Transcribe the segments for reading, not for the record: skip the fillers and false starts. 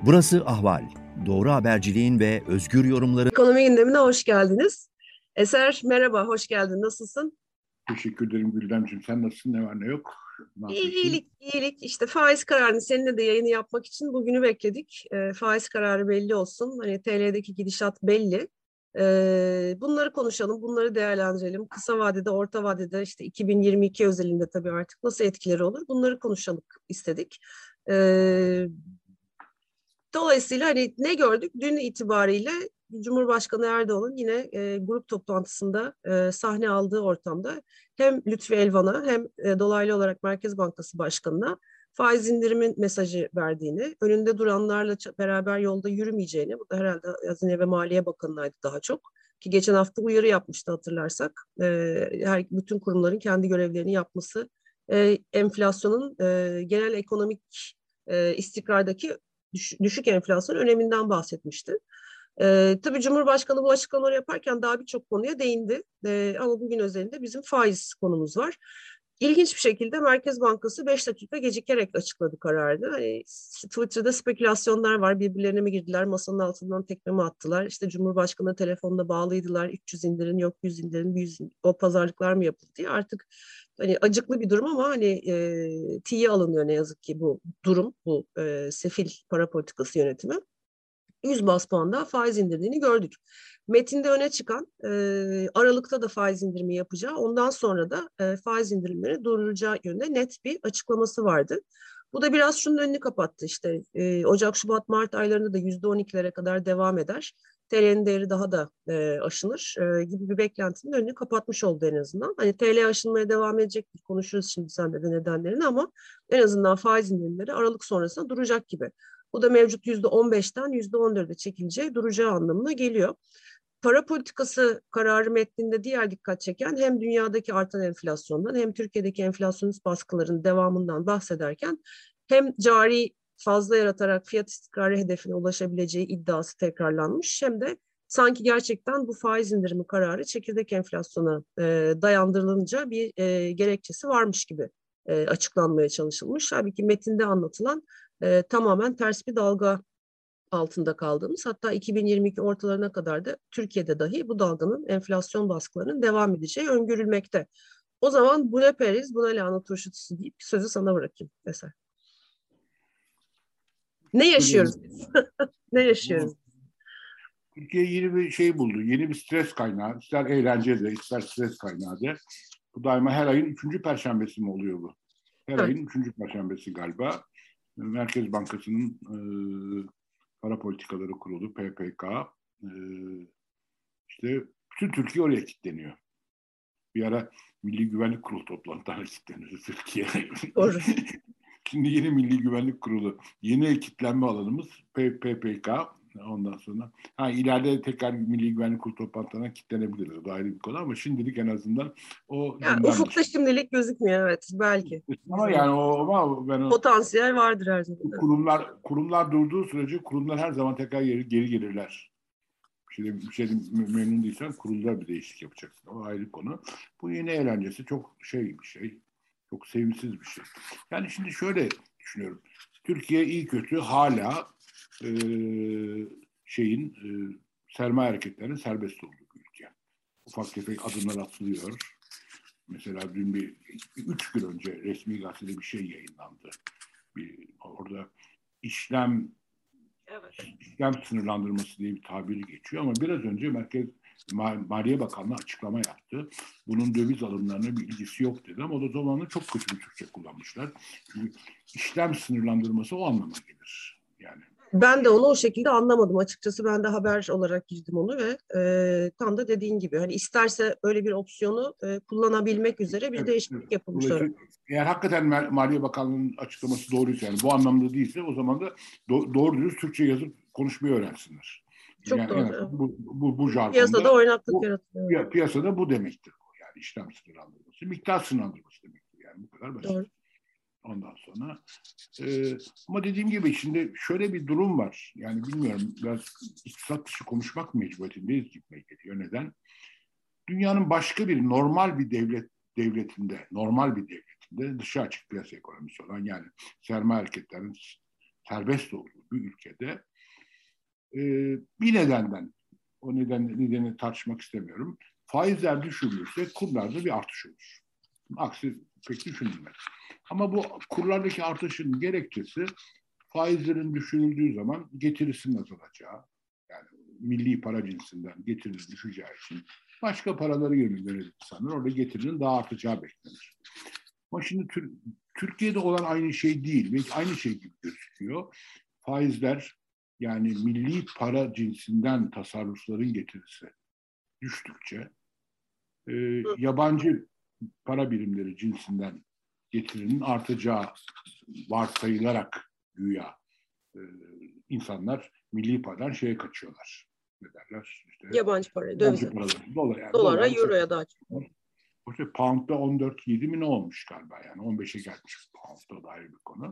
Burası Ahval. Doğru haberciliğin ve özgür yorumların... Ekonomi gündemine hoş geldiniz. Eser, merhaba, hoş geldin. Nasılsın? Teşekkür ederim Güldemciğim. Sen nasılsın? Ne var ne yok? Ne yapıyorsun? İyilik. İşte faiz kararını seninle de yayını yapmak için bugünü bekledik. Faiz kararı belli olsun. Hani TL'deki gidişat belli. Bunları konuşalım, bunları değerlendirelim. Kısa vadede, orta vadede işte 2022 özelinde tabii artık nasıl etkileri olur? Bunları konuşalım istedik. Dolayısıyla hani ne gördük? Dün itibariyle Cumhurbaşkanı Erdoğan'ın yine grup toplantısında sahne aldığı ortamda hem Lütfi Elvan'a hem dolaylı olarak Merkez Bankası Başkanı'na faiz indirimin mesajı verdiğini, önünde duranlarla beraber yolda yürümeyeceğini, bu da herhalde Hazine ve Maliye Bakanı'naydı daha çok, ki geçen hafta uyarı yapmıştı hatırlarsak. Bütün kurumların kendi görevlerini yapması, enflasyonun genel ekonomik istikrardaki düşük enflasyon öneminden bahsetmişti. Tabii Cumhurbaşkanı bu açıklamaları yaparken daha birçok konuya değindi. Ama bugün özelinde bizim faiz konumuz var. İlginç bir şekilde Merkez Bankası 5 dakika gecikerek açıkladı kararını. Hani Twitter'da spekülasyonlar var. Birbirlerine mi girdiler, masanın altından tekme mi attılar? İşte Cumhurbaşkanı telefonla bağlıydılar. 300 indirin, yok 100 indirin, 100 o pazarlıklar mı yapıldı diye. Artık hani acıklı bir durum ama hani tiye alınıyor ne yazık ki bu durum, bu sefil para politikası yönetimi. 100 bas puan daha faiz indirdiğini gördük. Metinde öne çıkan Aralık'ta da faiz indirimi yapacağı, ondan sonra da faiz indirimleri durduracağı yönde net bir açıklaması vardı. Bu da biraz şunun önünü kapattı, işte Ocak, Şubat, Mart aylarında da %12'lere kadar devam eder. TL'nin değeri daha da aşınır gibi bir beklentinin önünü kapatmış oldu en azından. Hani TL aşınmaya devam edecek, konuşuruz şimdi sende de nedenlerini, ama en azından faiz indirimleri Aralık sonrasında duracak gibi. Bu da mevcut %15'ten %14'e çekileceği, duracağı anlamına geliyor. Para politikası kararı metninde diğer dikkat çeken, hem dünyadaki artan enflasyondan hem Türkiye'deki enflasyonist baskıların devamından bahsederken hem cari fazla yaratarak fiyat istikrarı hedefine ulaşabileceği iddiası tekrarlanmış, hem de sanki gerçekten bu faiz indirimi kararı çekirdek enflasyona dayandırılınca bir gerekçesi varmış gibi açıklanmaya çalışılmış. Halbuki metinde anlatılan tamamen ters bir dalga altında kaldığımız, hatta 2022 ortalarına kadar da Türkiye'de dahi bu dalganın, enflasyon baskılarının devam edeceği öngörülmekte. O zaman bu ne periz, bu ne lahana turşusu deyip sözü sana bırakayım mesela. Ne yaşıyoruz biz? Ne yaşıyoruz? Türkiye yeni bir şey buldu. Yeni bir stres kaynağı. İster eğlence de, ister stres kaynağı da. Bu daima her ayın 3. perşembesi mi oluyor bu? Her ayın 3. perşembesi galiba. Merkez Bankası'nın Para Politikaları Kurulu, PPK, işte bütün Türkiye oraya kilitleniyor. Bir ara Milli Güvenlik Kurulu toplantılarına kilitleniyor Türkiye. Doğru. Şimdi yeni Milli Güvenlik Kurulu, yeni kilitlenme alanımız PPK. Ondan sonra ileride tekrar Milli Güvenlik Kurulu toplantılarına kilitlenebiliriz. O da ayrı bir konu ama şimdilik en azından o Ya, gündem ufukta dışı. şimdilik gözükmüyor, evet, belki. Ama yani ama ben Potansiyel vardır her zaman. kurumlar durduğu sürece kurumlar her zaman tekrar geri gelirler. Bir şeyden memnun değilsen kurulda bir değişiklik yapacaksın. O ayrı konu. Bu yeni eğlencesi çok bir şey. Çok sevimsiz bir şey. Yani şimdi şöyle düşünüyorum. Türkiye iyi kötü hala sermaye hareketlerinin serbest olduğu bir ülke. Ufak tefek adımlar atılıyor. Mesela dün 3 gün önce resmi gazetede bir şey yayınlandı. Orada işlem sınırlandırması diye bir tabiri geçiyor ama biraz önce Maliye Bakanlığı açıklama yaptı. Bunun döviz alımlarına bir ilgisi yok dedi ama o zaman da çok kötü bir Türkçe kullanmışlar. Çünkü işlem sınırlandırması o anlama gelir. Yani ben de onu o şekilde anlamadım açıkçası. Ben de haber olarak girdim onu ve tam da dediğin gibi, hani isterse öyle bir opsiyonu kullanabilmek üzere bir değişiklik yapılmışlar. Eğer hakikaten Maliye Bakanlığı'nın açıklaması doğruysa, yani bu anlamda değilse, o zaman da doğru dürüst Türkçe yazıp konuşmayı öğrensinler. Çok Yani doğru. bu Piyasada jargonda oynaklık yaratıyor. piyasada bu demektir. Yani işlem sınırlandırması, miktar sınırlandırması demektir. Yani bu kadar basit. Doğru. Ondan sonra ama dediğim gibi şimdi şöyle bir durum var. Yani bilmiyorum, biraz iktisat dışı konuşmak mecburiyetindeyiz gibi geliyor. Neden? Dünyanın başka bir normal bir devletinde dışa açık piyasa ekonomisi olan, yani sermaye hareketlerinin serbest olduğu bir ülkede bir nedenden, o nedeni tartışmak istemiyorum. Faizler düşürülürse kurlarda bir artış olur. Aksi pek düşünülmez. Ama bu kurlardaki artışın gerekçesi faizlerin düşürüldüğü zaman getirisinin azalacağı, yani milli para cinsinden getirinin düşeceği için başka paraları yönelik insanlar orada getirinin daha artacağı beklenir. Ama şimdi Türkiye'de olan aynı şey değil. Belki aynı şey gibi gözüküyor. Faizler, yani milli para cinsinden tasarrufların getirisi düştükçe yabancı para birimleri cinsinden getirinin artacağı varsayılarak güya insanlar milli paradan şeye kaçıyorlar. Ne derler? İşte, yabancı para, dövize. Dolara, euroya daha çok. İşte pound'da 14.7 mi ne olmuş galiba, yani 15'e gelmiş pound'da, da ayrı bir konu.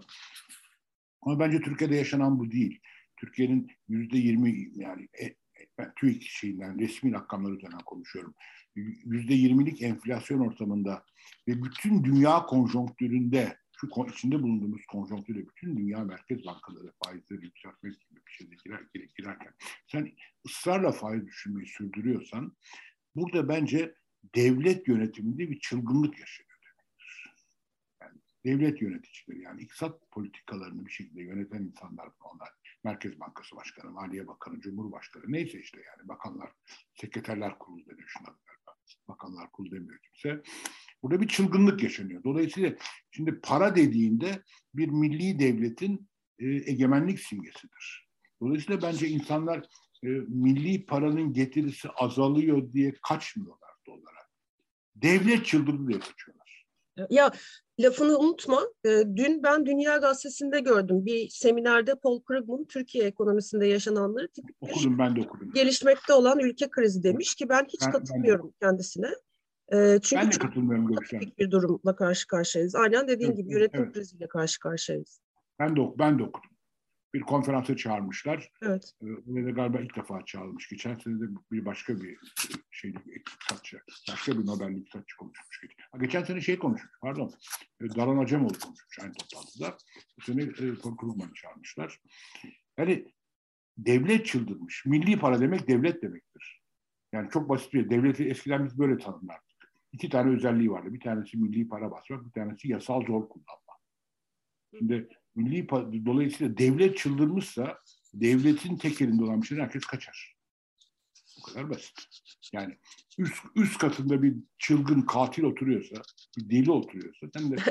Ama bence Türkiye'de yaşanan bu değil. Türkiye'nin %20, yani ben TÜİK şeyinden, resmi rakamlar üzerinden konuşuyorum. %20'lik enflasyon ortamında ve bütün dünya konjonktüründe, şu içinde bulunduğumuz konjonktürde bütün dünya merkez bankaları faizleri yükseltmek gibi bir şeyde girerken sen ısrarla faiz düşürmeyi sürdürüyorsan burada bence devlet yönetiminde bir çılgınlık yaşanıyor demektir. Yani devlet yöneticileri, yani iktisat politikalarını bir şekilde yöneten insanlar, onlar Merkez Bankası Başkanı, Maliye Bakanı, Cumhurbaşkanı, neyse işte, yani bakanlar, sekreterler kurulu deniyor şuna. Bakanlar kurulu demiyor kimse. Burada bir çılgınlık yaşanıyor. Dolayısıyla şimdi para dediğinde bir milli devletin egemenlik simgesidir. Dolayısıyla bence insanlar milli paranın getirisi azalıyor diye kaçmıyorlar dolara. Devlet çıldırdı diye kaçıyorlar. Ya lafını unutma. Dün ben Dünya Gazetesi'nde gördüm. Bir seminerde Paul Krugman Türkiye ekonomisinde yaşananları tipik okudum, ben de okudum. Gelişmekte olan ülke krizi demiş ki ben hiç katılmıyorum kendisine. Çünkü ben de katılmıyorum görüşlerine. Bir durumla karşı karşıyayız. Aynen dediğin evet, gibi yönetim kriziyle karşı karşıyayız. Ben de okudum. Bir konferansa çağırmışlar. Evet. Ve de galiba ilk defa çağrılmış. Geçen sene de bir başka bir iktisatçı, başka bir Nobel iktisatçı konuşmuş. Geçen sene konuşmuş, pardon. Daron Acemoğlu konuşmuş aynı toplantıda. Bu sene Paul Krugman'ı çağırmışlar. Yani devlet çıldırmış. Milli para demek devlet demektir. Yani çok basit bir devleti eskiden biz böyle tanımlardık. 2 tane özelliği vardı. Bir tanesi milli para basmak, bir tanesi yasal zor kullanma. Şimdi dolayısıyla devlet çıldırmışsa devletin tek elinde olan bir şeyden herkes kaçar. Bu kadar basit. Yani üst katında bir çılgın katil oturuyorsa, bir deli oturuyorsa sen de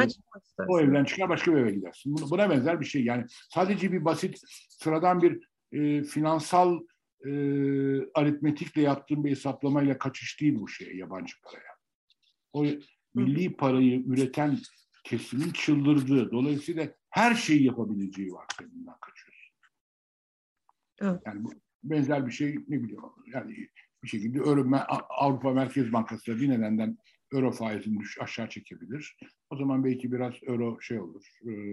o evden çıkar başka bir eve gidersin. Buna benzer bir şey. Yani sadece bir basit sıradan bir finansal aritmetikle yaptığın bir hesaplamayla kaçış değil bu şeye, yabancı paraya. O milli parayı üreten kesimin çıldırdığı, dolayısıyla her şeyi yapabileceği varsayımından kaçıyorsun. Evet. Yani benzer bir şey, ne bileyim, yani bir şekilde Avrupa Merkez Bankası da bir nedenden euro faizini aşağı çekebilir. O zaman belki biraz euro olur,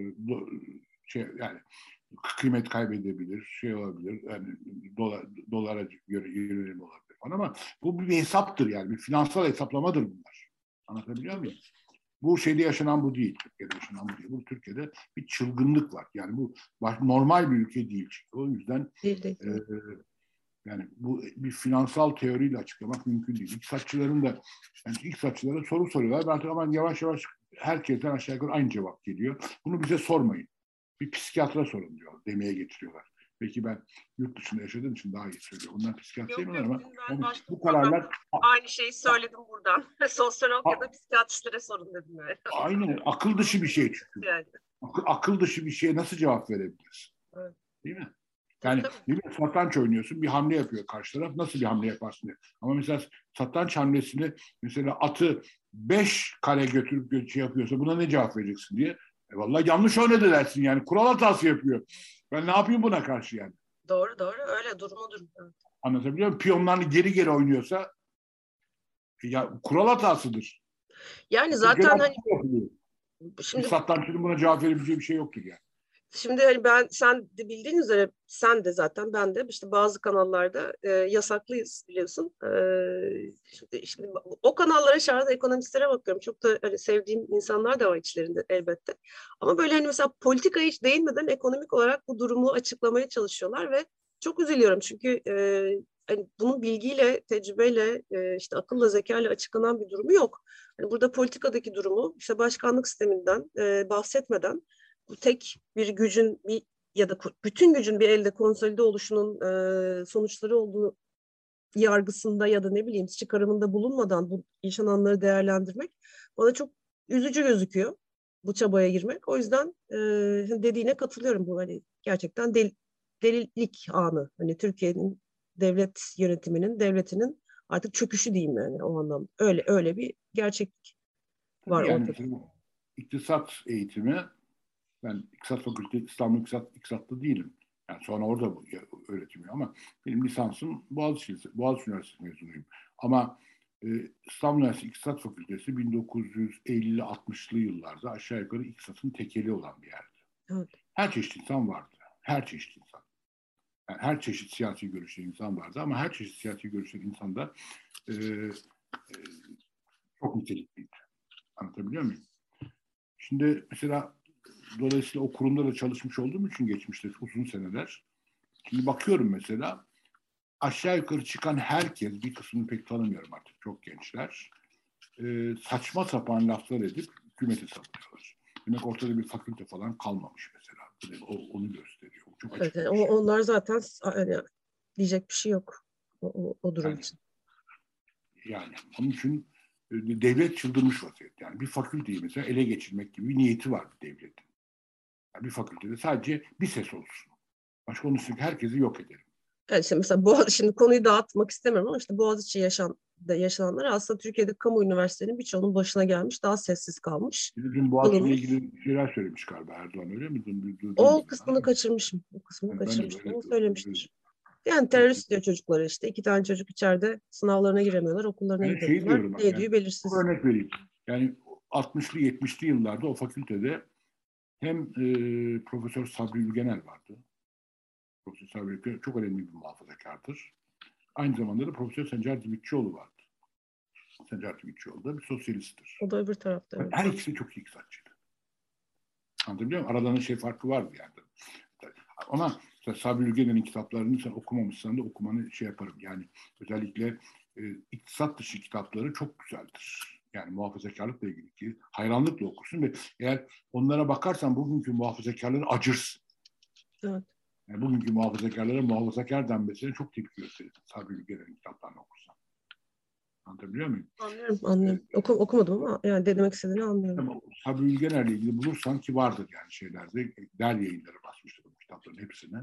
yani kıymet kaybedebilir, olabilir, yani dolara göre yönelim olabilir falan, ama bu bir hesaptır, yani bir finansal hesaplamadır bunlar. Anlatabiliyor muyum? Bu şeyde yaşanan bu değil. Türkiye'de yaşanan bu değil. Bu Türkiye'de bir çılgınlık var. Yani bu normal bir ülke değil. O yüzden yani bu bir finansal teoriyle açıklamak mümkün değil. İktisatçılara soru soruyorlar. Artık ama yavaş yavaş herkesten aşağı yukarı aynı cevap geliyor. Bunu bize sormayın. Bir psikiyatra sorun diyor. Demeye getiriyorlar. Belki ben yurt dışında yaşadığım için daha iyi söylüyorum. Onlar psikiyatr demiyorlar ama yani bu kararlar... Aynı şeyi söyledim buradan. Sosyolog ya da psikiyatristlere sorun dedim yani. Aynen. Akıl dışı bir şey çünkü. Yani. Akıl dışı bir şeye nasıl cevap verebilirsin? Evet. Değil mi? Yani satranç oynuyorsun, bir hamle yapıyor karşı taraf. Nasıl bir hamle yaparsın diye. Ama mesela satranç hamlesini, mesela atı 5 kare götürüp yapıyorsa buna ne cevap vereceksin diye. Vallahi yanlış oynadı dersin yani. Kural hatası yapıyor. Ben ne yapayım buna karşı yani? Doğru. Öyle durumu. Evet. Anlatabiliyor muyum? Piyonlarını geri oynuyorsa ya kural hatasıdır. Yani zaten şimdi satranççının buna cevap verebileceği bir şey yoktur yani. Şimdi hani sen de bildiğin üzere, sen de zaten, ben de işte bazı kanallarda yasaklıyız biliyorsun. Şimdi o kanallara çağıran ekonomistlere bakıyorum. Çok da hani sevdiğim insanlar da var içlerinde elbette. Ama böyle hani mesela politikaya hiç değinmeden ekonomik olarak bu durumu açıklamaya çalışıyorlar ve çok üzülüyorum çünkü hani bunun bilgiyle, tecrübeyle, işte akılla, zekayla açıklanan bir durumu yok. Hani burada politikadaki durumu işte başkanlık sisteminden bahsetmeden, bu tek bir gücün bir ya da bütün gücün bir elde konsolide oluşunun sonuçları olduğu yargısında ya da ne bileyim çıkarımında bulunmadan bu yaşananları değerlendirmek bana çok üzücü gözüküyor, bu çabaya girmek. O yüzden dediğine katılıyorum, bu hani gerçekten delilik anı. Hani Türkiye'nin devlet yönetiminin, devletinin artık çöküşü diyeyim yani, o anlamda. Öyle bir gerçeklik var Tabii yani ortada. mesela bu iktisat eğitimi, ben İktisat Fakültesi, İstanbul İktisatlı değilim. Yani sonra orada öğretiliyor ama benim lisansım Boğaziçi Üniversitesi mezunuyum. Ama İstanbul Üniversitesi İktisat Fakültesi 1950-60'lı yıllarda aşağı yukarı iktisatın tekeli olan bir yerdi. Evet. Her çeşit insan vardı. Her çeşit insan. Yani her çeşit siyasi görüşte insan vardı ama her çeşit siyasi görüşte insan da e, e, çok nitelikliydi. Anlatabiliyor muyum? Şimdi mesela dolayısıyla o kurumda da çalışmış olduğum için geçmişte uzun seneler. Şimdi bakıyorum mesela aşağı yukarı çıkan herkes, bir kısmını pek tanımıyorum artık, çok gençler, saçma sapan laflar edip hükümeti savunuyorlar. Demek ortada bir fakülte falan kalmamış mesela. Onu gösteriyor. Çok Evet, açık yani bir şey. onlar zaten hani diyecek bir şey yok o durum Yani, için. yani onun için devlet çıldırmış vaziyette. Yani bir fakülteyi mesela ele geçirmek gibi bir niyeti var bir devletin. Yani bir fakültede sadece bir ses olsun. Başka onun için herkesi yok edelim. Yani işte mesela şimdi konuyu dağıtmak istemiyorum ama işte Boğaziçi yaşananlar aslında Türkiye'de kamu üniversitelerinin birçoğunun başına gelmiş, daha sessiz kalmış. Dün Boğaziçi ile Ilımız. ilgili şeyler söylemiş galiba Erdoğan, öyle mi? O Duymadım ben kısmını ama. kaçırmışım. O kısmını Yani ben de kaçırmışım böyle ama duydum. söylemiştir. Yani terörist diyor çocuklara işte. 2 tane çocuk içeride, sınavlarına giremiyorlar, okullarına Yani şey gidemiyorlar. diyorum Ne bak, yani ediyor bir belirsiz. örnek vereyim. Yani 60'lı 70'li yıllarda o fakültede hem Profesör Sabri Ülgenel vardı. Profesör Sabri Ülgenel çok önemli bir muhafazakardır. Aynı zamanda da Profesör Sencer Divitçioğlu vardı. Sencer Divitçioğlu da bir sosyalisttir. O da öbür tarafta, evet. Her ikisi de çok iyi iktisatçıydı. Anlatabiliyor muyum? Aralarında şey farkı vardı yani. Ama Sabri Ülgen'in kitaplarını sen okumamışsan da okumanı şey yaparım. Yani özellikle iktisat dışı kitapları çok güzeldir. Yani muhafazakarlıkla ilgili ki hayranlıkla okursun ve eğer onlara bakarsan bugünkü muhafazakarları acırsın. Evet. Yani bugünkü muhafazakarlara muhafazakar denmesine çok tepki gösterirsin. Sabri Ülgen'in kitaplarını okursan. Anlatabiliyor muyum? Anlıyorum, E, anlıyorum. Okumadım ama yani demek istediğini anlıyorum. Ama Sabri Ülgener'le ilgili bulursan, ki vardır yani şeylerde, der yayınları basmıştır bu kitapların hepsine.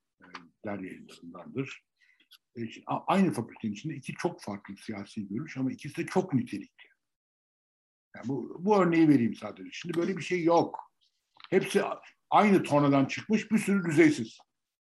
Der yayınlarındandır. Aynı fakültenin içinde iki çok farklı siyasi görüş ama ikisi de çok nitelikli. Yani bu örneği vereyim sadece. Şimdi böyle bir şey yok. Hepsi aynı tornadan çıkmış, bir sürü düzeysiz.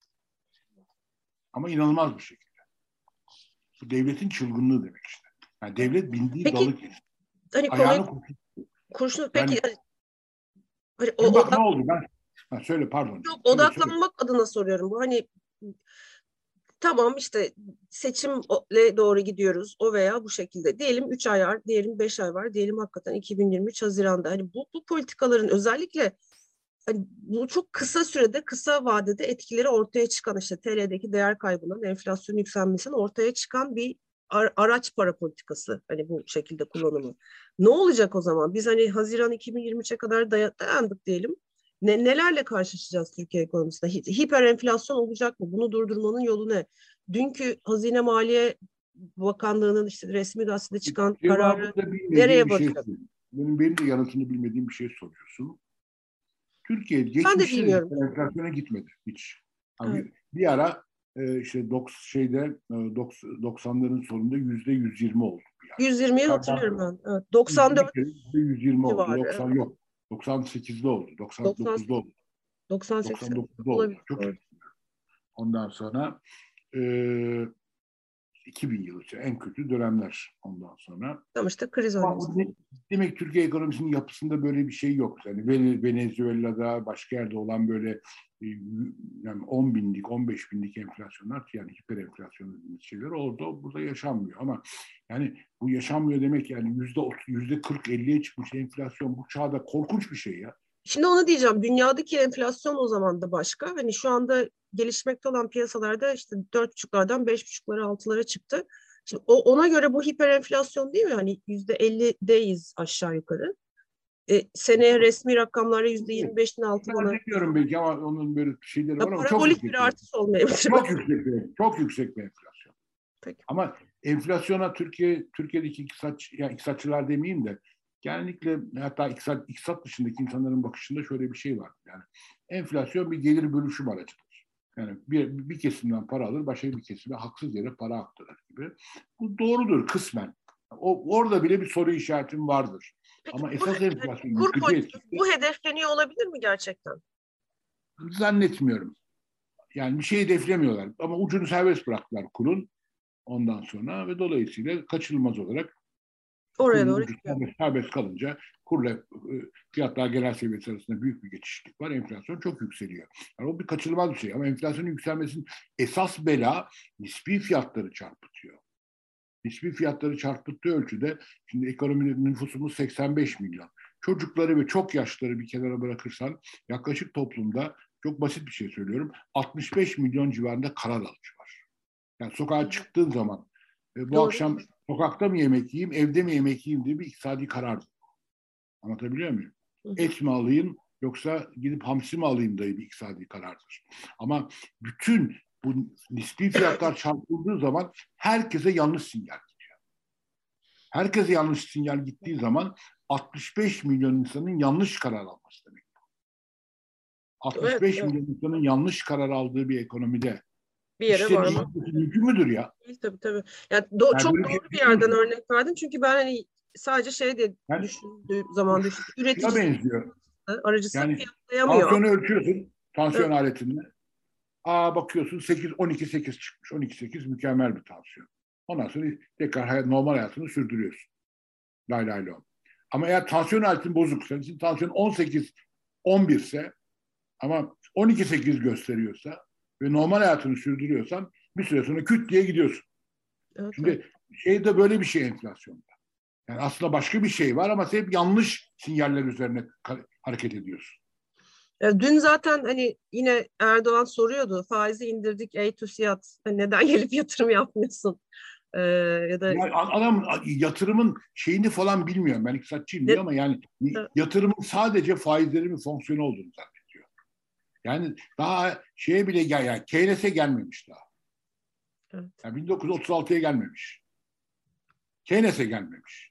Ama inanılmaz bir şekilde. Bu devletin çılgınlığı demek işte. Yani devlet bindiği dalı Peki kesti. hani konuyu Ayağını kurtuldu. kurşun, Yani peki hani şimdi bak ne oldu ben. Söyle, pardon yok, canım. Söyle. odaklanmak adına soruyorum. Bu hani tamam işte seçimle doğru gidiyoruz, o veya bu şekilde. Diyelim 3 ay var, diyelim 5 ay var, diyelim hakikaten 2023 Haziran'da. Hani bu politikaların özellikle hani bu çok kısa sürede, kısa vadede etkileri ortaya çıkan, işte TL'deki değer kaybının, enflasyonun yükselmesinin ortaya çıkan bir araç para politikası, hani bu şekilde kullanımı. Ne olacak o zaman? Biz hani Haziran 2023'e kadar dayandık diyelim. Nelerle karşılaşacağız Türkiye ekonomisinde? Hiper enflasyon olacak mı? Bunu durdurmanın yolu ne? Dünkü Hazine Maliye Bakanlığı'nın işte resmi gazetede çıkan kararı Cevabında bilmediğim nereye bir şey bakacak? söylüyorum. Benim de yanıtını bilmediğim bir şey soruyorsun. Türkiye Ben de geçmişte de bilmiyorum. enflasyona gitmedi hiç. Evet. Bir ara işte 90'ların sonunda %120 oldu. Yani. 120'yi hatırlıyorum ben. Evet. 94 Bir kere %120 oldu. civarı. 90 Evet. yok. 98'de oldu. 90, 99'da oldu. 98 99'da oldu. olabilir. Çok Doğru. iyi. Ondan sonra e, 2000 yılı için en kötü dönemler ondan sonra. Ama işte kriz öncesi. Demek Türkiye ekonomisinin yapısında böyle bir şey yok. Yani Venezuela'da başka yerde olan böyle yani 10 binlik, 15 binlik enflasyonlar, yani hiper enflasyon dediğimiz şeyler orada burada yaşanmıyor. Ama yani bu yaşanmıyor demek yani %40-50'ye çıkmış enflasyon bu çağda korkunç bir şey ya. Şimdi onu diyeceğim. Dünyadaki enflasyon o zaman da başka. Hani şu anda gelişmekte olan piyasalarda işte 4,5'lardan 5,5'lara 6'lara çıktı. Şimdi ona göre bu hiper enflasyon değil mi? Hani %50'deyiz aşağı yukarı. Seneye resmi rakamlara %25'in altına. Ben diyorum belki ama onun böyle şeyleri var ama çok parabolik yüksek. bir artış olmayabilir. Çok yüksek bir enflasyon. Peki. Ama enflasyona Türkiye'deki iktisatçılar demeyeyim de genellikle hatta iktisat dışındaki insanların bakışında şöyle bir şey var. Yani enflasyon bir gelir bölüşüm aracıdır. Yani bir kesimden para alır, başka bir kesime haksız yere para aktarır gibi. Bu doğrudur kısmen. Orada bile bir soru işaretim vardır. Peki, ama esas enflasyon kur politikası etkisi bu hedefleniyor olabilir mi gerçekten? zannetmiyorum. Yani bir şey hedeflemiyorlar ama ucunu serbest bıraktılar kurun ondan sonra ve dolayısıyla kaçınılmaz olarak Oraya kurun doğru ucu gidiyor. serbest kalınca kurla fiyatlar genel seviyesi arasında büyük bir geçişlik var. Enflasyon çok yükseliyor. Yani o bir kaçınılmaz bir şey ama enflasyonun yükselmesinin esas bela nispi fiyatları çarpıtıyor. Nispi fiyatları çarpıttığı ölçüde şimdi ekonominin nüfusumuz 85 milyon. Çocukları ve çok yaşlıları bir kenara bırakırsan yaklaşık toplumda çok basit bir şey söylüyorum. 65 milyon civarında karar alıcı var. Yani sokağa çıktığın zaman bu Doğru. akşam sokakta mı yemek yiyeyim, evde mi yemek yiyeyim diye bir iktisadi karar. Anlatabiliyor muyum? Et mi alayım yoksa gidip hamsi mi alayım diye bir iktisadi karardır. Ama bütün bu nispi fiyatlar çarpıldığı zaman herkese yanlış sinyal gidiyor. Herkese yanlış sinyal gittiği zaman 65 milyon insanın yanlış karar alması demek. 65 Evet. milyon insanın yanlış karar aldığı bir ekonomide Bir yere işlerin varmak. mümkün müdür ya? Tabii. Yani Yani çok böyle doğru şey bir yerden örnek verdin. Çünkü ben hani sadece şey diye yani düşündüğüm zaman şuna üreticisi, benziyor. aracısı Yani fiyatlayamıyor. tansiyonu ölçüyorsun, tansiyon Evet. aletinde. Bakıyorsun 12,8 çıkmış. 12,8 mükemmel bir tansiyon. Ondan sonra tekrar normal hayatını sürdürüyorsun. Lay lay lom. Ama eğer tansiyon aletin bozuksa, senin tansiyon 18-11 ise ama 12,8 gösteriyorsa ve normal hayatını sürdürüyorsan bir süre sonra küt diye gidiyorsun. Evet. Şimdi şeyde böyle bir şey enflasyonda. Yani aslında başka bir şey var ama sen hep yanlış sinyaller üzerine hareket ediyorsun. Dün zaten hani yine Erdoğan soruyordu. Faizi indirdik ey TÜSİAD. Hani neden gelip yatırım yapmıyorsun? Ya da Yani adam yatırımın şeyini falan bilmiyorum. Ben iktisatçıyım diyor ama yani yatırımın sadece faizleri mi fonksiyonu olduğunu zannediyor. Yani daha şeye bile yani Keynes'e gelmemiş daha. Evet. Yani 1936'ya gelmemiş. Keynes'e gelmemiş.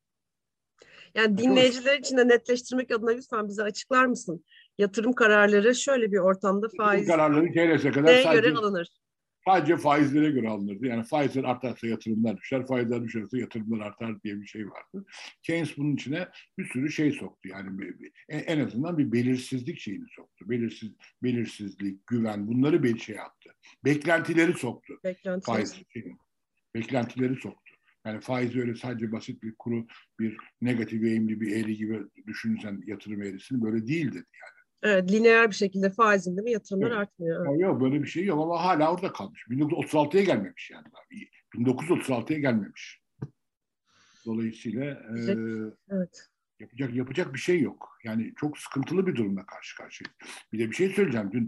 Yani dinleyiciler için de netleştirmek adına lütfen bize açıklar mısın? Yatırım kararları şöyle bir ortamda Yatırım faiz kararları Keynes'e kadar neye göre alınır? sadece faizlere göre alınırdı. Yani faizler artarsa yatırımlar düşer, faizler düşerse yatırımlar artar diye bir şey vardı. Keynes bunun içine bir sürü şey soktu. Yani en azından bir belirsizlik şeyini soktu. Belirsizlik, güven bunları bir şey yaptı. Beklentileri soktu. Beklentileri. Faiz şeyini. Beklentileri soktu. Yani faiz öyle sadece basit bir kuru, bir negatif eğimli bir eğri gibi düşünürsen yatırım eğrisini böyle değil dedi yani. Evet, lineer bir şekilde faizinde mi yatırımlar Evet. artmıyor? Ya yok böyle bir şey yok ama hala orada kalmış. 1936'ya gelmemiş yani. 1936'ya gelmemiş. Dolayısıyla Evet. yapacak bir şey yok. Yani çok sıkıntılı bir durumla karşı karşıyayız. Bir de bir şey söyleyeceğim. Dün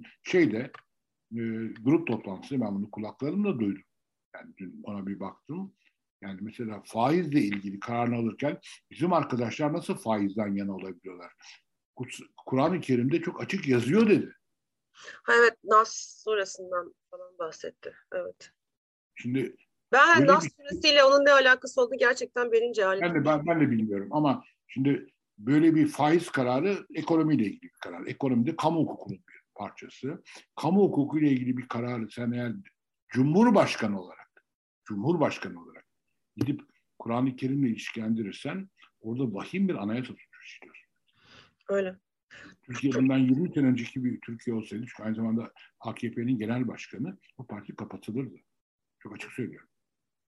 grup toplantısı ben bunu kulaklarımla duydum. Yani dün ona bir baktım. Yani mesela faizle ilgili kararını alırken bizim arkadaşlar nasıl faizden yana olabiliyorlar? Kur'an-ı Kerim'de çok açık yazıyor dedi. Evet, Nas suresinden falan bahsetti. Evet. Şimdi Ben öyle Nas bir suresiyle onun ne alakası olduğunu gerçekten benim cehalet. ben de bilmiyorum ama şimdi böyle bir faiz kararı ekonomiyle ilgili bir karar. Ekonomide kamu hukukunun bir parçası. Kamu hukuku ile ilgili bir kararı sen eğer Cumhurbaşkanı olarak gidip Kur'an-ı Kerim'le ilişkilendirirsen orada vahim bir anayasa suçu işliyorsun. Öyle. Türkiye bundan 20 sene önceki bir Türkiye olsaydı, çünkü aynı zamanda AKP'nin genel başkanı, bu parti kapatılırdı. Çok açık söylüyorum.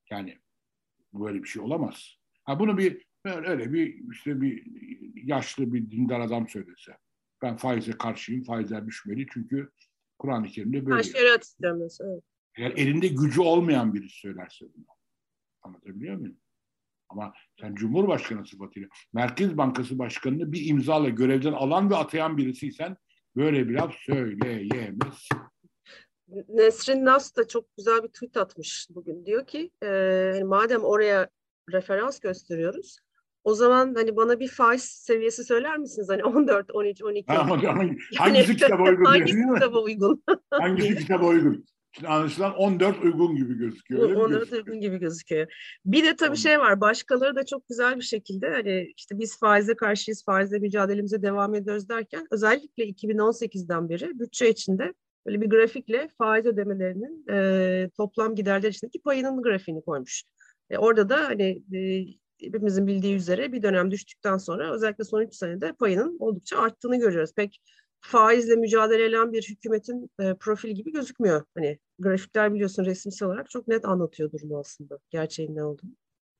Yani böyle bir şey olamaz. Ha bunu öyle bir işte bir yaşlı bir dindar adam söylese. Ben faize karşıyım, faizler düşmeli çünkü Kur'an-ı Kerim'de Ha, böyle yazıyor. şeriat istiyorum mesela. Evet. Eğer elinde gücü olmayan biri söylerse bunu. Anlatabiliyor muyum? Ama sen Cumhurbaşkanı sıfatıyla Merkez Bankası Başkanı'nı bir imzayla görevden alan ve atayan birisiysen böyle bir laf söyleyemezsin. Nesrin Nas da çok güzel bir tweet atmış bugün. Diyor ki hani madem oraya referans gösteriyoruz, o zaman hani bana bir faiz seviyesi söyler misiniz? Hani 14, 13, 12. Yani Hangisi kitaba uygun diyor, değil hangisi mi? kitaba uygun Hangisi diye. kitaba uygun? Şimdi anlaşılan 14 uygun gibi gözüküyor. Öyle mi Onlara da gözüküyor? uygun gibi gözüküyor. Bir de tabii şey var. Başkaları da çok güzel bir şekilde hani işte biz faize karşıyız, faizle mücadelemize devam ediyoruz derken özellikle 2018'den beri bütçe içinde böyle bir grafikle faiz ödemelerinin toplam giderler içindeki payının grafiğini koymuş. Orada da hani hepimizin bildiği üzere bir dönem düştükten sonra özellikle son 3 senede payının oldukça arttığını görüyoruz. Pek faizle mücadele eden bir hükümetin profili gibi gözükmüyor. Hani grafikler biliyorsun resimsel olarak çok net anlatıyor durumu aslında. Gerçeğin ne olduğunu.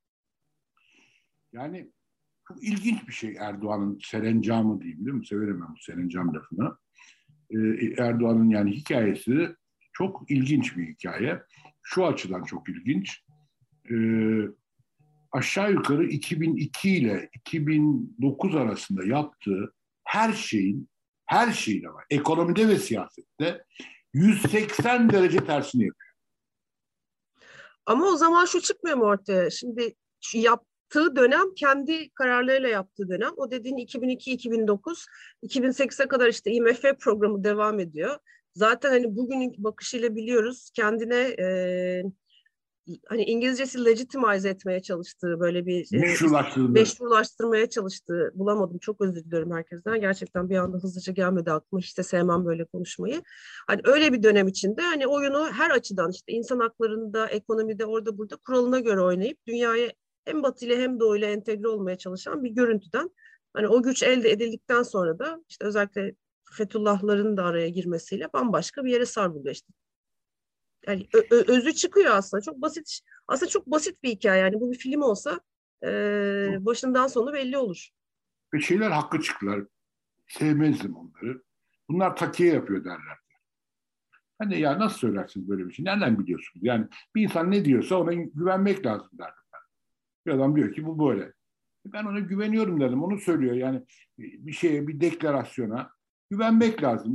Yani çok ilginç bir şey Erdoğan'ın serencamı diyeyim, değil mi? Severim ben bu serencam lafını. Erdoğan'ın yani hikayesi çok ilginç bir hikaye. Şu açıdan çok ilginç. Ee, Aşağı yukarı 2002 ile 2009 arasında yaptığı her şeyin ama ekonomide ve siyasette 180 derece tersini yapıyor. Ama o zaman şu çıkmıyor mu ortaya? Şimdi şu yaptığı dönem kendi kararlarıyla yaptığı dönem. O dediğin 2002-2009, 2008'e kadar işte IMF programı devam ediyor. Zaten hani bugünün bakışıyla biliyoruz kendine hani İngilizcesi legitimize etmeye çalıştığı böyle bir Meşrulaştırıldı. meşrulaştırmaya çalıştığı bulamadım. Çok özür diliyorum herkesten. Gerçekten bir anda hızlıca gelmedi aklıma. Hiç de sevmem böyle konuşmayı. Hani öyle bir dönem içinde hani oyunu her açıdan işte insan haklarında, ekonomide, orada burada kuralına göre oynayıp dünyaya hem Batı ile hem Doğu ile entegre olmaya çalışan bir görüntüden hani o güç elde edildikten sonra da işte özellikle Fethullahların da araya girmesiyle bambaşka bir yere savruluyor işte. Yani özü çıkıyor aslında. Çok basit. Aslında çok basit bir hikaye. Yani bu bir film olsa başından sonu belli olur. Ve şeyler haklı çıktılar. Sevmezdim onları. Bunlar takiye yapıyor derler. Hani ya nasıl söylersiniz böyle bir şey? Nereden biliyorsunuz? Yani bir insan ne diyorsa ona güvenmek lazım derdim ben. Bir adam diyor ki bu böyle. Ben ona güveniyorum dedim. Onu söylüyor. Yani bir şeye, bir deklarasyona güvenmek lazım.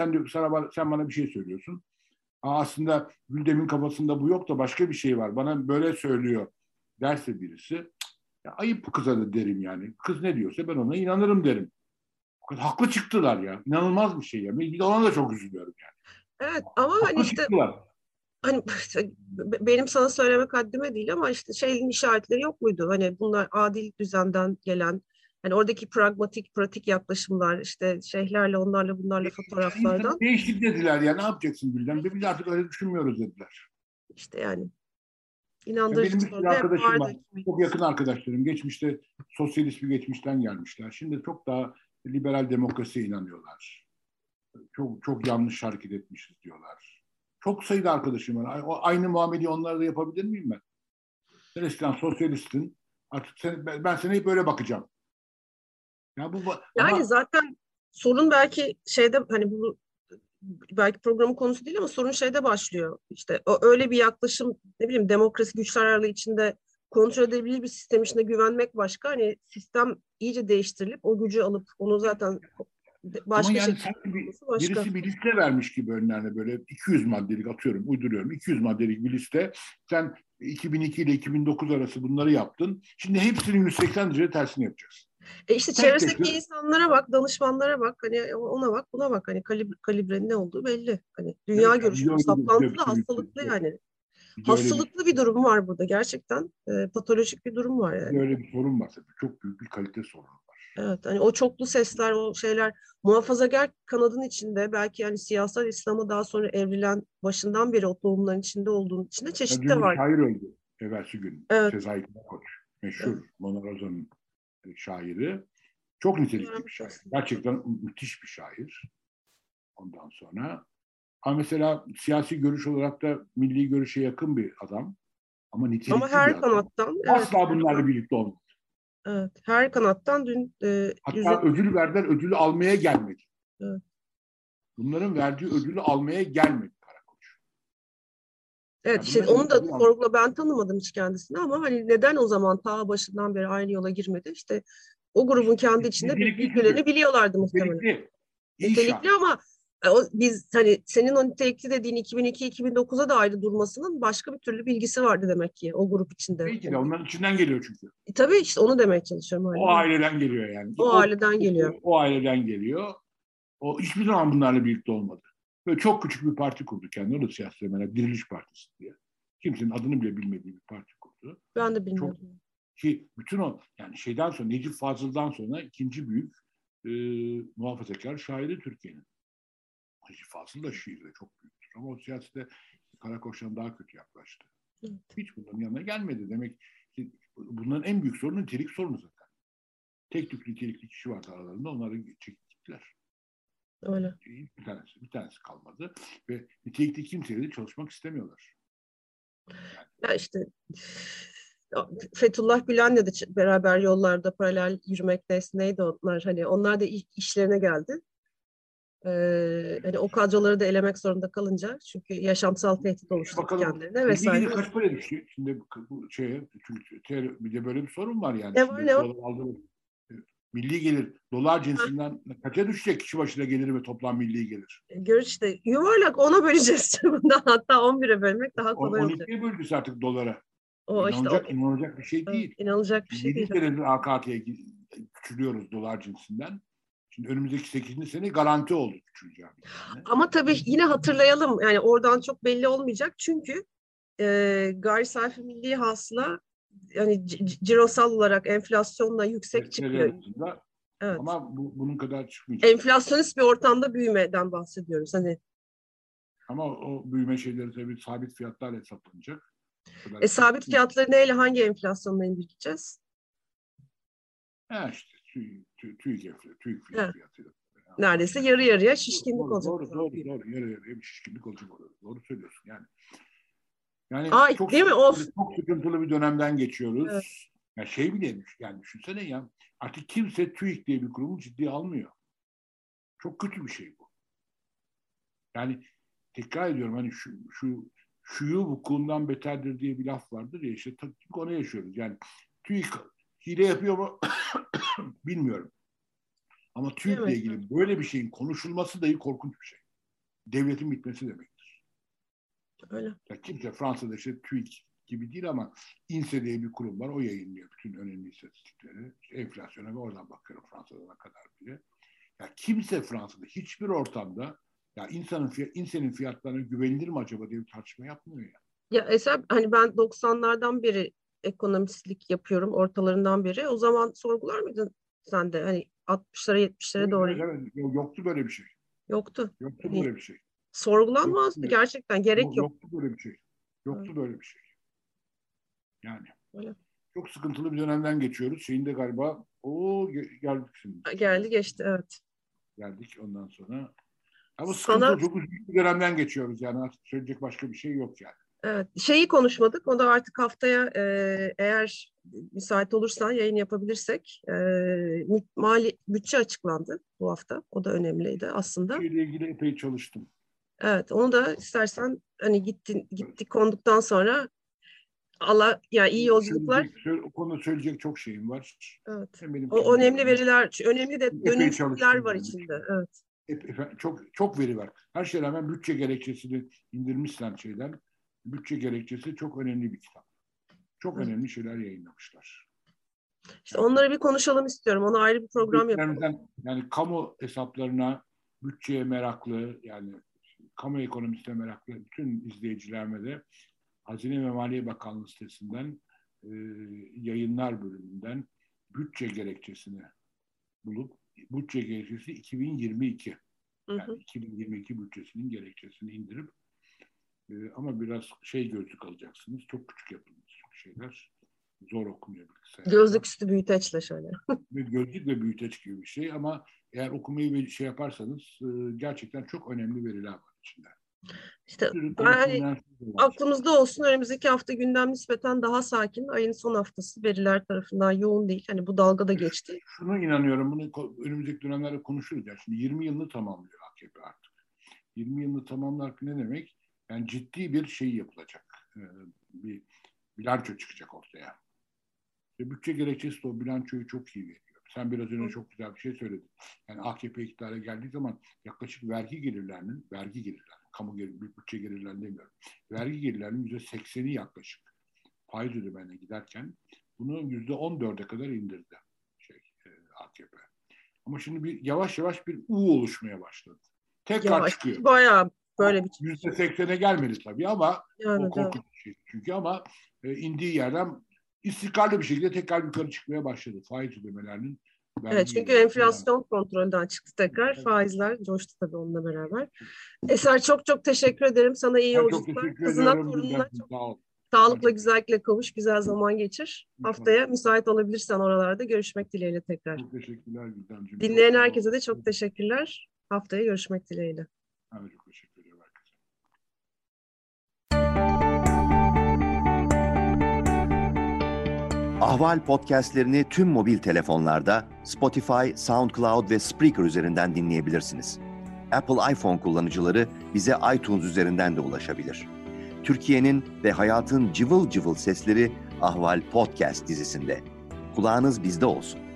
Sen bana bir şey söylüyorsun. Aslında Güldem'in kafasında bu yok da başka bir şey var. Bana böyle söylüyor derse birisi. Ya ayıp kıza da derim yani. Kız ne diyorsa ben ona inanırım derim. Haklı çıktılar ya. İnanılmaz bir şey ya. Bir de ona da çok üzülüyorum yani. Evet ama hani Haklı işte çıktılar. hani benim sana söylemek haddime değil ama işte şeyin işaretleri yok muydu? Hani bunlar adil düzenden gelen hani oradaki pragmatik, pratik yaklaşımlar işte şeyhlerle onlarla bunlarla Ya insanı fotoğraflardan değişik dediler ya. Ne yapacaksın Gülden? Biz artık öyle düşünmüyoruz dediler. işte yani Ya inandırıcı benim bir sürü soruda hep arkadaşım vardı var. Çok yakın 2008. arkadaşlarım. Geçmişte sosyalist bir geçmişten gelmişler. Şimdi çok daha liberal demokrasiye inanıyorlar. Çok çok yanlış hareket etmişiz diyorlar. Çok sayıda arkadaşım var. Aynı muameleyi onlara da yapabilir miyim ben? Sen eskiden sosyalistin. Artık ben sana hep böyle bakacağım. Ya Yani ama zaten sorun belki şeyde hani bu belki programın konusu değil ama sorun şeyde başlıyor. İşte öyle bir yaklaşım ne bileyim demokrasi güçler aralığı içinde kontrol edebilir bir sistem içinde güvenmek başka. Hani sistem iyice değiştirilip o gücü alıp onu zaten Ama başka yani şekilde sanki kullanması başka. birisi bir liste vermiş gibi önlerine böyle 200 maddelik atıyorum, uyduruyorum. 200 maddelik bir liste. Sen 2002 ile 2009 arası bunları yaptın. Şimdi hepsinin 180 derece tersini yapacaksın. İşte Tek tek çevresindeki insanlara bak, danışmanlara bak, hani ona bak, buna bak. Hani kalibrenin ne olduğu belli. Hani dünya evet, ya görüşü saplantılı, hastalıklı bize yani. öyle bir Hastalıklı bir durum var burada. Gerçekten patolojik bir durum var bize yani. öyle bir sorun var tabii. Çok büyük bir kalite sorunu var. Evet, hani o çoklu sesler, o şeyler muhafazakar kanadın içinde belki yani siyasal İslam'a daha sonra evrilen başından beri o tohumların içinde olduğunun içinde Ya çeşit de dün bir var. şair öldü. Evvelsi gün. Evet. Sezai Karakoç. Meşhur Evet. Mona Rosa'nın şairi. Çok nitelikli bir Rahmet şair. olsun. Gerçekten müthiş bir şair. Ondan sonra. Ama mesela siyasi görüş olarak da milli görüşe yakın bir adam. Ama nitelikli Ama bir her adam. kanattan, evet, Asla bunlarla birlikte olmadı. evet, her kanattan dün Hatta ödül verdiler, ödülü almaya gelmedi. Evet. Bunların verdiği ödülü almaya gelmedi Karakoç. Evet, Yani işte onu da sorgula, ben tanımadım hiç kendisini ama hani neden o zaman ta başından beri aynı yola girmedi? İşte o grubun kendi içinde birbirlerini biliyorlardı muhtemelen. Nitelikli. Nitelikli ama biz hani senin o nitelikli dediğin 2002-2009'a da ayrı durmasının başka bir türlü bilgisi vardı demek ki o grup içinde. Belki de onların içinden geliyor çünkü. Tabii işte onu demeye çalışıyorum. O aileden geliyor yani. O aileden geliyor. O aileden geliyor. O hiçbir zaman bunlarla birlikte olmadı. Böyle çok küçük bir parti kurdu kendine. O da siyasi temel, Diriliş Partisi diye. Kimsenin adını bile bilmediği bir parti kurdu. Ben de bilmiyorum. Çok, ki bütün o yani şeyden sonra Necip Fazıl'dan sonra ikinci büyük muhafazakar şairi Türkiye'nin. Necip Fazıl da şiirde çok büyüktür. Ama o siyasete Karakoç'tan daha kötü yaklaştı. Evet. Hiç bunların yanına gelmedi. Demek ki bunların en büyük sorunu nitelik sorunu zaten. Tek tük nitelikli kişi vardı aralarında. Onları çekip gittiler. Öyle. Bir tanesi kalmadı. Ve nitelikli kimseyle de çalışmak istemiyorlar. Yani. Ya işte Fethullah Gülen'le de beraber yollarda paralel yürümek neydi onlar, hani onlar da işlerine geldi. Hani o kadroları da elemek zorunda kalınca çünkü yaşamsal tehdit oluşturdu kendilerine vesaire. Kaç para düştü? Şimdi bu çünkü bir de böyle bir sorun var yani. Ne var ne var? Milli gelir dolar cinsinden kaça düşecek kişi başına gelir ve toplam milli gelir? Gör işte yuvarlak ona böleceğiz. Hatta 11'e bölmek daha kolay olacak. 12'ye böldüyse artık dolara. O İnanılacak bir şey değil. İnanılacak bir şey değil. 7 senedir AKT'ye küçülüyoruz dolar cinsinden. Şimdi önümüzdeki 8. sene garanti oldu küçüleceği. Ama tabii yine hatırlayalım yani oradan çok belli olmayacak çünkü gayri safi milli hasıla yani cirosal olarak enflasyonla yüksek çıkıyor. Evet. Ama bunun kadar çıkmayacak. Enflasyonist bir ortamda büyümeden bahsediyoruz hani. Ama o büyüme şeyleri tabii sabit fiyatlarla hesaplanacak. Sabit fiyatları neyle, hangi enflasyonla indirgeyeceğiz? İşte TÜİK fiyatıyla. Neredeyse yarı yarıya şişkinlik olacak. Doğru. Yarı yarıya bir şişkinlik olacak. Doğru söylüyorsun yani. Yani çok değil mi? çok sıkıntılı bir dönemden geçiyoruz. Evet. Ya şey bile yani düşünsene ya artık kimse TÜİK diye bir kurumu ciddiye almıyor. Çok kötü bir şey bu. Yani tekrar ediyorum hani şuyu vukuundan beterdir diye bir laf vardır ya işte onu yaşıyoruz. Yani TÜİK hile yapıyor mu bilmiyorum. Ama TÜİK'le ilgili böyle bir şeyin konuşulması dahi korkunç bir şey. Devletin bitmesi demektir. Öyle. Ya kimse Fransa'da işte TÜİK gibi değil ama INSEE diye bir kurum var. O yayınlıyor bütün önemli istatistikleri. İşte enflasyona ve oradan bakıyorum Fransa'da ne kadar bile. Ya kimse Fransa'da hiçbir ortamda ya insanın fiyatlarına güvenilir mi acaba diye bir tartışma yapmıyor ya. Ya Eser hani ben 90'lardan beri ekonomistlik yapıyorum, ortalarından beri. O zaman sorgular mıydın sen de? Hani 60'lara 70'lere doğru. Evet. Yoktu böyle bir şey. Yoktu. Yoktu böyle bir şey. Sorgulanmazdı gerçekten. Gerek yok. Yoktu böyle bir şey. Yoktu böyle bir şey. Yani. Öyle. Çok sıkıntılı bir dönemden geçiyoruz. Şeyinde galiba geldik şimdi. Geldi geçti evet. Geldik ondan sonra. Ama sıkıntılı çok uzun bir dönemden geçiyoruz yani artık söyleyecek başka bir şey yok yani. Evet. Şeyi konuşmadık. O da artık haftaya eğer müsait olursan yayın yapabilirsek mali bütçe açıklandı bu hafta. O da önemliydi aslında. Bütçeyle ilgili epey çalıştım. Evet. Onu da istersen hani gittik konduktan sonra Allah yani iyi yolculuklar. O konuda söyleyecek çok şeyim var. Evet. O önemli veriler, önemli de epey dönümler var yani içinde. Evet. Çok veri var. Her şeye rağmen bütçe gerekçesini indirmişler şeyden. Bütçe gerekçesi çok önemli bir kitap. Çok önemli şeyler yayınlamışlar. İşte onları bir konuşalım istiyorum. Ona ayrı bir program yapalım. Yani kamu hesaplarına, bütçeye meraklı, yani kamu ekonomisine meraklı bütün izleyicilerime de Hazine ve Maliye Bakanlığı sitesinden yayınlar bölümünden bütçe gerekçesini bulup bütçe gerekçesi 2022 yani 2022 bütçesinin gerekçesini indirip ama biraz gözlük alacaksınız. Çok küçük yapılmış şeyler. Zor okunuyor bilgisayarda. Gözlük üstü büyüteçle şöyle. Gözlük ve büyüteç gibi bir şey ama eğer okumayı yaparsanız gerçekten çok önemli veriler var içinde. İşte Sürü ben hani konuşulmayan şey var. aklımızda olsun, önümüzdeki hafta gündem nispeten daha sakin. Ayın son haftası, veriler tarafından yoğun değil. Hani bu dalga da geçti. Şunu inanıyorum, bunu önümüzdeki dönemlerde konuşuruz. Yani şimdi 20 yılını tamamlıyor AKP artık. 20 yılını tamamlarken ne demek? Yani ciddi bir şey yapılacak. Bir bilanço çıkacak ortaya. Bütçe gerekçesi de o bilançoyu çok iyi veriyor. Sen biraz önce çok güzel bir şey söyledin. Yani AKP iktidara geldiği zaman yaklaşık vergi gelirlerinin, kamu bütçe gelirlerinin demiyorum. Vergi gelirlerinin %80'i yaklaşık faiz ödemelerine giderken bunu %14'e kadar indirdi AKP. Ama şimdi yavaş yavaş bir U oluşmaya başladı. Tekrar çıkıyor. Bayağı böyle bir %80'e gelmedi tabii ama yani, o korkunç bir şey. Çünkü ama indiği yerden istikrarlı bir şekilde tekrar yukarı çıkmaya başladı. Faiz ödemelerinin. Evet, çünkü enflasyon kontrolden çıktı tekrar. Faizler coştu tabii onunla beraber. Eser, çok çok teşekkür ederim. Sana iyi Çok yolculuklar. teşekkür Kızına, ediyorum. torununa Sağ ol. sağlıkla, güzellikle kavuş. Güzel zaman geçir. İnşallah. Haftaya müsait olabilirsen oralarda görüşmek dileğiyle tekrar. Çok teşekkürler Gülden'cim. Dinleyen herkese de çok teşekkürler. Haftaya görüşmek dileğiyle. Evet, çok teşekkür ederim herkese. Ahval podcastlerini tüm mobil telefonlarda Spotify, SoundCloud ve Spreaker üzerinden dinleyebilirsiniz. Apple iPhone kullanıcıları bize iTunes üzerinden de ulaşabilir. Türkiye'nin ve hayatın cıvıl cıvıl sesleri Ahval Podcast dizisinde. Kulağınız bizde olsun.